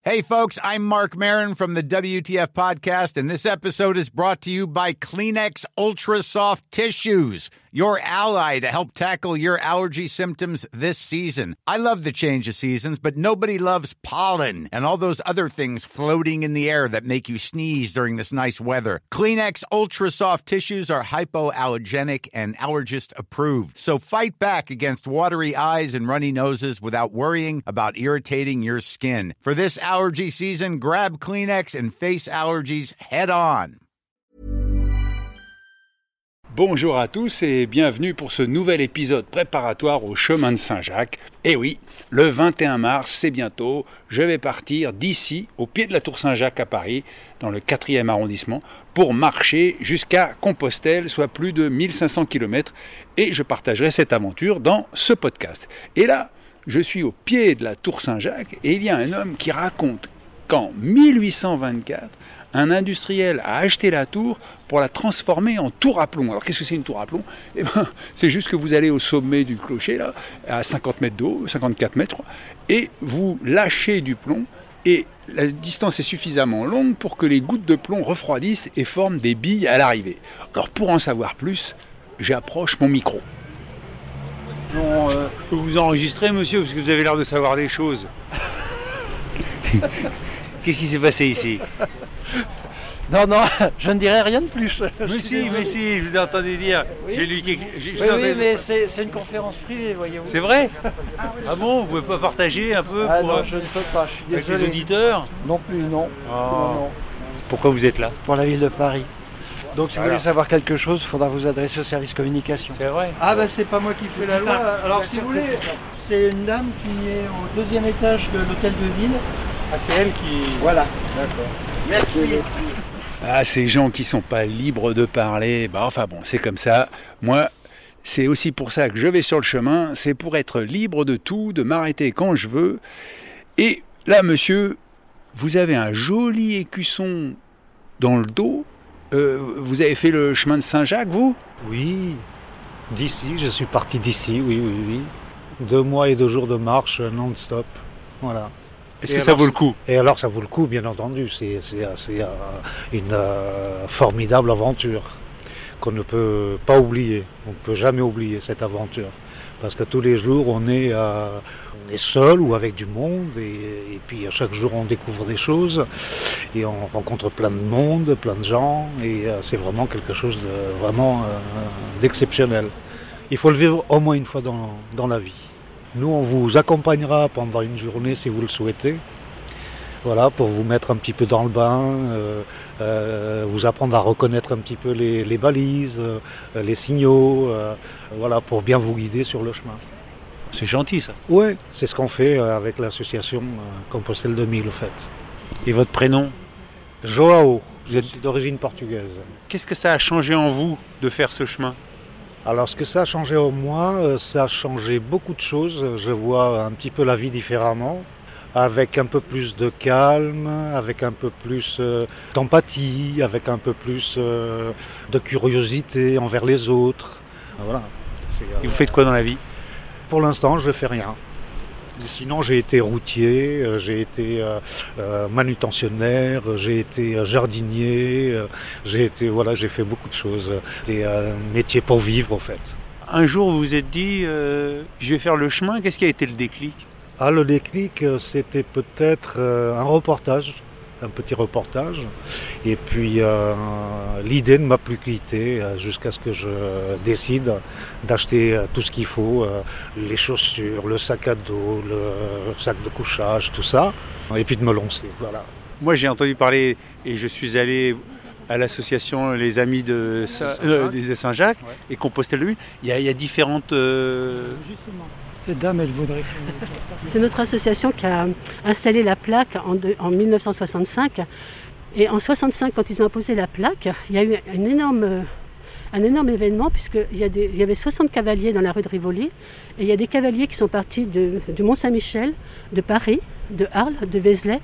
Hey, folks, I'm Mark Maron from the WTF Podcast, and this episode is brought to you by Kleenex Ultra Soft Tissues, your ally to help tackle your allergy symptoms this season. I love the change of seasons, but nobody loves pollen and all those other things floating in the air that make you sneeze during this nice weather. Kleenex Ultra Soft Tissues are hypoallergenic and allergist approved, so fight back against watery eyes and runny noses without worrying about irritating your skin. For this allergy season, grab Kleenex and face allergies head on. Bonjour à tous et bienvenue pour ce nouvel épisode préparatoire au chemin de Saint-Jacques. Et oui, le 21 mars, c'est bientôt, je vais partir d'ici, au pied de la Tour Saint-Jacques à Paris, dans le 4e arrondissement, pour marcher jusqu'à Compostelle, soit plus de 1500 km, et je partagerai cette aventure dans ce podcast. Et là, je suis au pied de la Tour Saint-Jacques et il y a un homme qui raconte qu'en 1824, un industriel a acheté la tour pour la transformer en tour à plomb. Alors qu'est-ce que c'est une tour à plomb ? Eh ben, c'est juste que vous allez au sommet du clocher, là, à 50 mètres d'eau, 54 mètres, je crois, et vous lâchez du plomb, et la distance est suffisamment longue pour que les gouttes de plomb refroidissent et forment des billes à l'arrivée. Alors pour en savoir plus, j'approche mon micro. Bon, vous enregistrez, monsieur, parce que vous avez l'air de savoir des choses. Qu'est-ce qui s'est passé ici ? Non, je ne dirai rien de plus. Mais si, je vous ai entendu dire. Oui. J'ai lu quelque chose. Oui, mais c'est une conférence privée, voyez-vous. C'est vrai ? Ah bon, vous pouvez pas partager un peu pour, non, je ne peux pas, je suis avec désolé. les auditeurs ? Non plus, non. Non. Pourquoi vous êtes là ? Pour la ville de Paris. Donc si Voilà. vous voulez savoir quelque chose, il faudra vous adresser au service communication. C'est vrai ? Ah ben c'est pas moi qui fais la loi. Alors si vous voulez, c'est une dame qui est au 2e étage de l'hôtel de ville. Ah, c'est elle qui... Voilà. D'accord. Merci. Ah, ces gens qui sont pas libres de parler, enfin bon, c'est comme ça. Moi, c'est aussi pour ça que je vais sur le chemin, c'est pour être libre de tout, de m'arrêter quand je veux. Et là, monsieur, vous avez un joli écusson dans le dos. Vous avez fait le chemin de Saint-Jacques, vous ? Oui, d'ici, je suis parti d'ici, oui. 2 mois et 2 jours de marche non-stop, voilà. Est-ce que ça vaut le coup ? Et alors ça vaut le coup, bien entendu, c'est une formidable aventure qu'on ne peut pas oublier, on ne peut jamais oublier cette aventure. Parce que tous les jours on est seul ou avec du monde et puis à chaque jour on découvre des choses et on rencontre plein de monde, plein de gens et c'est vraiment quelque chose d'exceptionnel. Il faut le vivre au moins une fois dans la vie. Nous on vous accompagnera pendant une journée si vous le souhaitez. Voilà, pour vous mettre un petit peu dans le bain, vous apprendre à reconnaître un petit peu les balises, les signaux, voilà, pour bien vous guider sur le chemin. C'est gentil, ça. Oui, c'est ce qu'on fait avec l'association Compostelle 2000, au fait. Et votre prénom ? Joao, je suis d'origine portugaise. Qu'est-ce que ça a changé en vous de faire ce chemin ? Alors, ce que ça a changé en moi, ça a changé beaucoup de choses. Je vois un petit peu la vie différemment, avec un peu plus de calme, avec un peu plus d'empathie, avec un peu plus de curiosité envers les autres. Voilà. Et vous faites quoi dans la vie ? Pour l'instant, je ne fais rien. Sinon, j'ai été routier, j'ai été manutentionnaire, j'ai été jardinier, j'ai fait beaucoup de choses. C'était un métier pour vivre, en fait. Un jour, vous vous êtes dit, je vais faire le chemin. Qu'est-ce qui a été le déclic ? Ah, le déclic, c'était peut-être un petit reportage. Et puis, l'idée ne m'a plus quitté jusqu'à ce que je décide d'acheter tout ce qu'il faut, les chaussures, le sac à dos, le sac de couchage, tout ça, et puis de me lancer, voilà. Moi, j'ai entendu parler et je suis allé à l'association Les Amis de Saint-Jacques Ouais. et Compostelle 2000. Il y a différentes... Justement, cette dame, elle voudrait que... C'est notre association qui a installé la plaque en 1965. Et en 1965, quand ils ont imposé la plaque, il y a eu un énorme événement, puisqu'il y avait 60 cavaliers dans la rue de Rivoli. Et il y a des cavaliers qui sont partis du Mont-Saint-Michel, de Paris, de Arles, de Vézelay,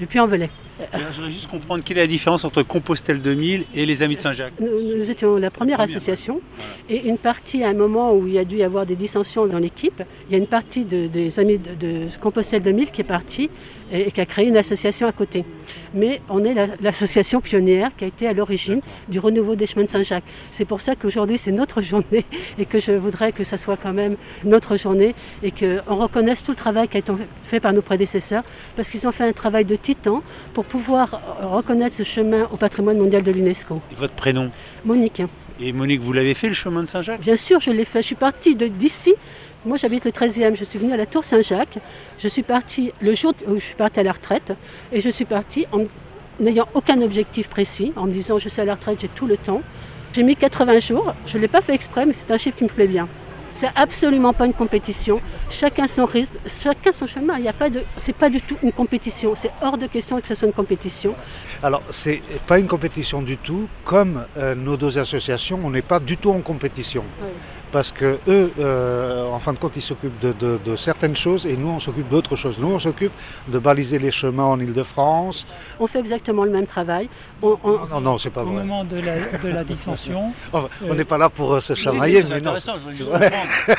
du Puy-en-Velay. Alors, je voudrais juste comprendre quelle est la différence entre Compostelle 2000 et les Amis de Saint-Jacques. Nous étions la première association et une partie, à un moment où il y a dû y avoir des dissensions dans l'équipe, il y a une partie des Amis de Compostelle 2000 qui est partie et qui a créé une association à côté. Mais on est l'association pionnière qui a été à l'origine du renouveau des chemins de Saint-Jacques. C'est pour ça qu'aujourd'hui c'est notre journée et que je voudrais que ça soit quand même notre journée et qu'on reconnaisse tout le travail qui a été fait par nos prédécesseurs parce qu'ils ont fait un travail de titan pour pouvoir reconnaître ce chemin au patrimoine mondial de l'UNESCO. Et votre prénom? Monique. Et Monique, vous l'avez fait le chemin de Saint-Jacques? Bien sûr, je l'ai fait. Je suis partie d'ici. Moi, j'habite le 13e. Je suis venue à la Tour Saint-Jacques. Je suis partie le jour où je suis partie à la retraite. Et je suis partie en n'ayant aucun objectif précis, en me disant je suis à la retraite, j'ai tout le temps. J'ai mis 80 jours. Je ne l'ai pas fait exprès, mais c'est un chiffre qui me plaît bien. C'est absolument pas une compétition. Chacun son rythme, chacun son chemin. C'est pas du tout une compétition. C'est hors de question que ce soit une compétition. Alors, c'est pas une compétition du tout. Comme nos deux associations, on n'est pas du tout en compétition. Oui. Parce que eux, en fin de compte, ils s'occupent de certaines choses et nous, on s'occupe d'autres choses. Nous, on s'occupe de baliser les chemins en Île-de-France. On fait exactement le même travail. Non, c'est pas vrai. Au moment de la dissension... on n'est pas là pour se chamailler, mais non. C'est vrai.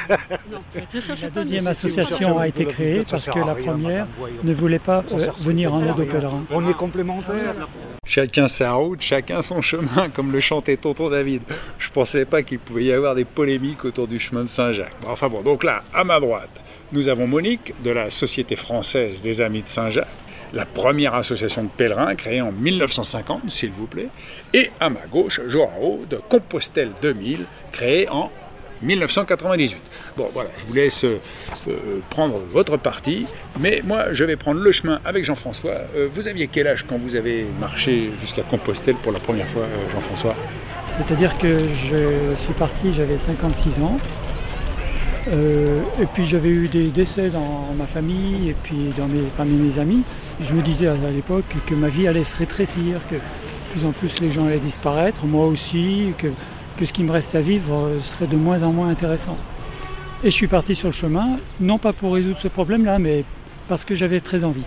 La deuxième association a été créée parce que la première ne voulait pas venir en aide aux pèlerins. On est complémentaires. Chacun sa route, chacun son chemin, comme le chantait tonton David. Je ne pensais pas qu'il pouvait y avoir des polémiques autour du chemin de Saint-Jacques. Enfin bon, donc là, à ma droite, nous avons Monique de la Société française des Amis de Saint-Jacques, la première association de pèlerins créée en 1950, s'il vous plaît. Et à ma gauche, Joao de Compostelle 2000, créée en 1998. Bon, voilà, je vous laisse prendre votre parti, mais moi, je vais prendre le chemin avec Jean-François. Vous aviez quel âge quand vous avez marché jusqu'à Compostelle pour la première fois, Jean-François? C'est-à-dire que je suis parti, j'avais 56 ans, et puis j'avais eu des décès dans ma famille et puis parmi mes amis. Je me disais à l'époque que ma vie allait se rétrécir, que de plus en plus les gens allaient disparaître, moi aussi, que ce qui me reste à vivre serait de moins en moins intéressant. Et je suis parti sur le chemin, non pas pour résoudre ce problème-là, mais parce que j'avais très envie.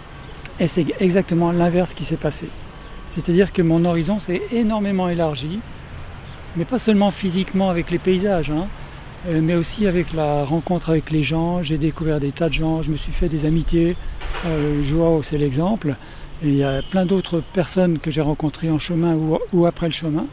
Et c'est exactement l'inverse qui s'est passé. C'est-à-dire que mon horizon s'est énormément élargi, mais pas seulement physiquement avec les paysages, mais aussi avec la rencontre avec les gens. J'ai découvert des tas de gens, je me suis fait des amitiés. Joao, c'est l'exemple. Et il y a plein d'autres personnes que j'ai rencontrées en chemin ou après le chemin.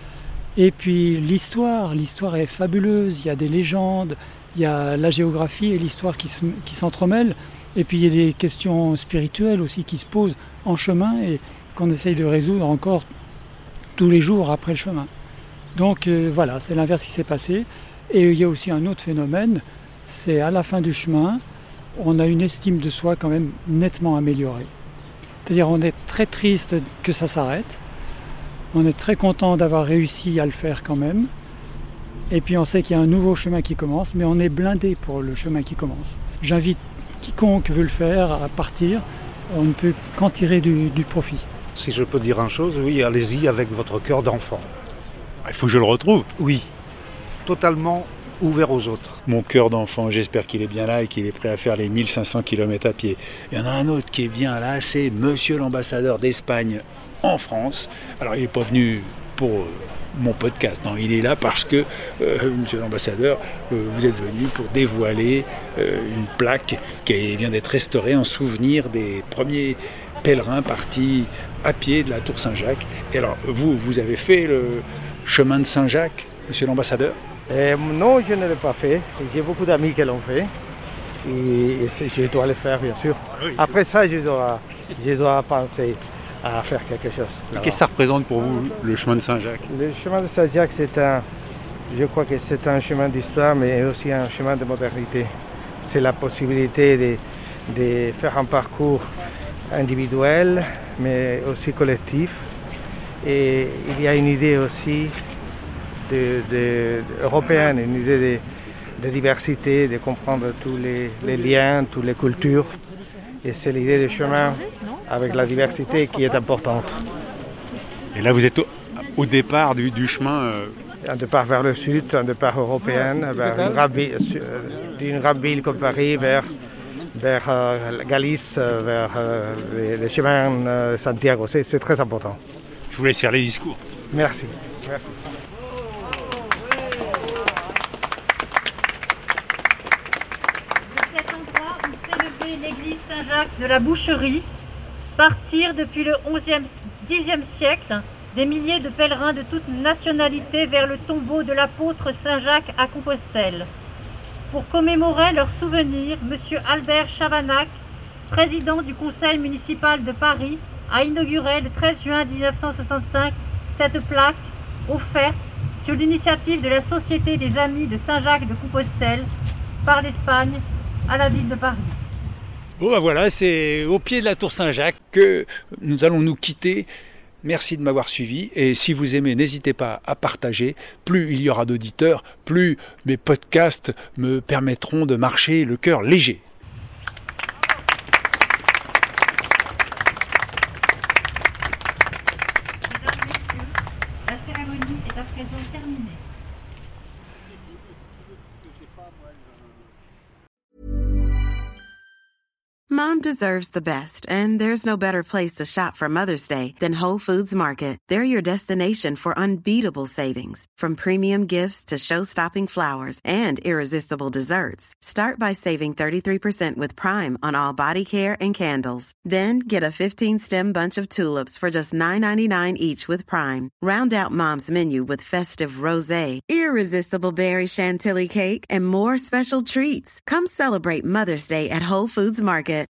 Et puis l'histoire est fabuleuse, il y a des légendes, il y a la géographie et l'histoire qui s'entremêlent. Et puis il y a des questions spirituelles aussi qui se posent en chemin et qu'on essaye de résoudre encore tous les jours après le chemin. Donc voilà, c'est l'inverse qui s'est passé. Et il y a aussi un autre phénomène, c'est à la fin du chemin, on a une estime de soi quand même nettement améliorée. C'est-à-dire on est très triste que ça s'arrête. On est très content d'avoir réussi à le faire quand même. Et puis on sait qu'il y a un nouveau chemin qui commence, mais on est blindé pour le chemin qui commence. J'invite quiconque veut le faire à partir. On ne peut qu'en tirer du profit. Si je peux dire une chose, oui, allez-y avec votre cœur d'enfant. Il faut que je le retrouve. Oui, totalement ouvert aux autres. Mon cœur d'enfant, j'espère qu'il est bien là et qu'il est prêt à faire les 1500 km à pied. Il y en a un autre qui est bien là, c'est Monsieur l'ambassadeur d'Espagne en France. Alors il n'est pas venu pour mon podcast, non, il est là parce que Monsieur l'ambassadeur, vous êtes venu pour dévoiler une plaque qui vient d'être restaurée en souvenir des premiers pèlerins partis à pied de la Tour Saint-Jacques. Et alors vous avez fait le chemin de Saint-Jacques, Monsieur l'ambassadeur? Non, je ne l'ai pas fait. J'ai beaucoup d'amis qui l'ont fait. Et je dois le faire, bien sûr. Oui, après ça, je dois penser à faire quelque chose. Qu'est-ce que ça représente pour vous, le chemin de Saint-Jacques? Le chemin de Saint-Jacques, je crois que c'est un chemin d'histoire, mais aussi un chemin de modernité. C'est la possibilité de faire un parcours individuel, mais aussi collectif. Et il y a une idée aussi européenne, une idée de diversité, de comprendre tous les liens, toutes les cultures. Et c'est l'idée du chemin avec la diversité qui est importante. Et là, vous êtes au départ du chemin Un départ vers le sud, un départ européen, vers d'une grande ville comme Paris, vers vers la Galice, vers les chemins Santiago. C'est très important. Je vous laisse faire les discours. Merci. Merci. De cet endroit où s'élevait l'église Saint-Jacques de la Boucherie, partirent depuis le Xe siècle des milliers de pèlerins de toutes nationalités vers le tombeau de l'apôtre Saint-Jacques à Compostelle. Pour commémorer leur souvenir, M. Albert Chavanac, président du conseil municipal de Paris, a inauguré le 13 juin 1965 cette plaque offerte sur l'initiative de la Société des Amis de Saint-Jacques de Compostelle par l'Espagne à la ville de Paris. Bon ben voilà, c'est au pied de la tour Saint-Jacques que nous allons nous quitter. Merci de m'avoir suivi et si vous aimez, n'hésitez pas à partager. Plus il y aura d'auditeurs, plus mes podcasts me permettront de marcher le cœur léger. Mesdames, Messieurs, la cérémonie est à présent terminée. Mom deserves the best, and there's no better place to shop for Mother's Day than Whole Foods Market. They're your destination for unbeatable savings, from premium gifts to show-stopping flowers and irresistible desserts. Start by saving 33% with Prime on all body care and candles. Then get a 15-stem bunch of tulips for just $9.99 each with Prime. Round out Mom's menu with festive rosé, irresistible berry chantilly cake, and more special treats. Come celebrate Mother's Day at Whole Foods Market.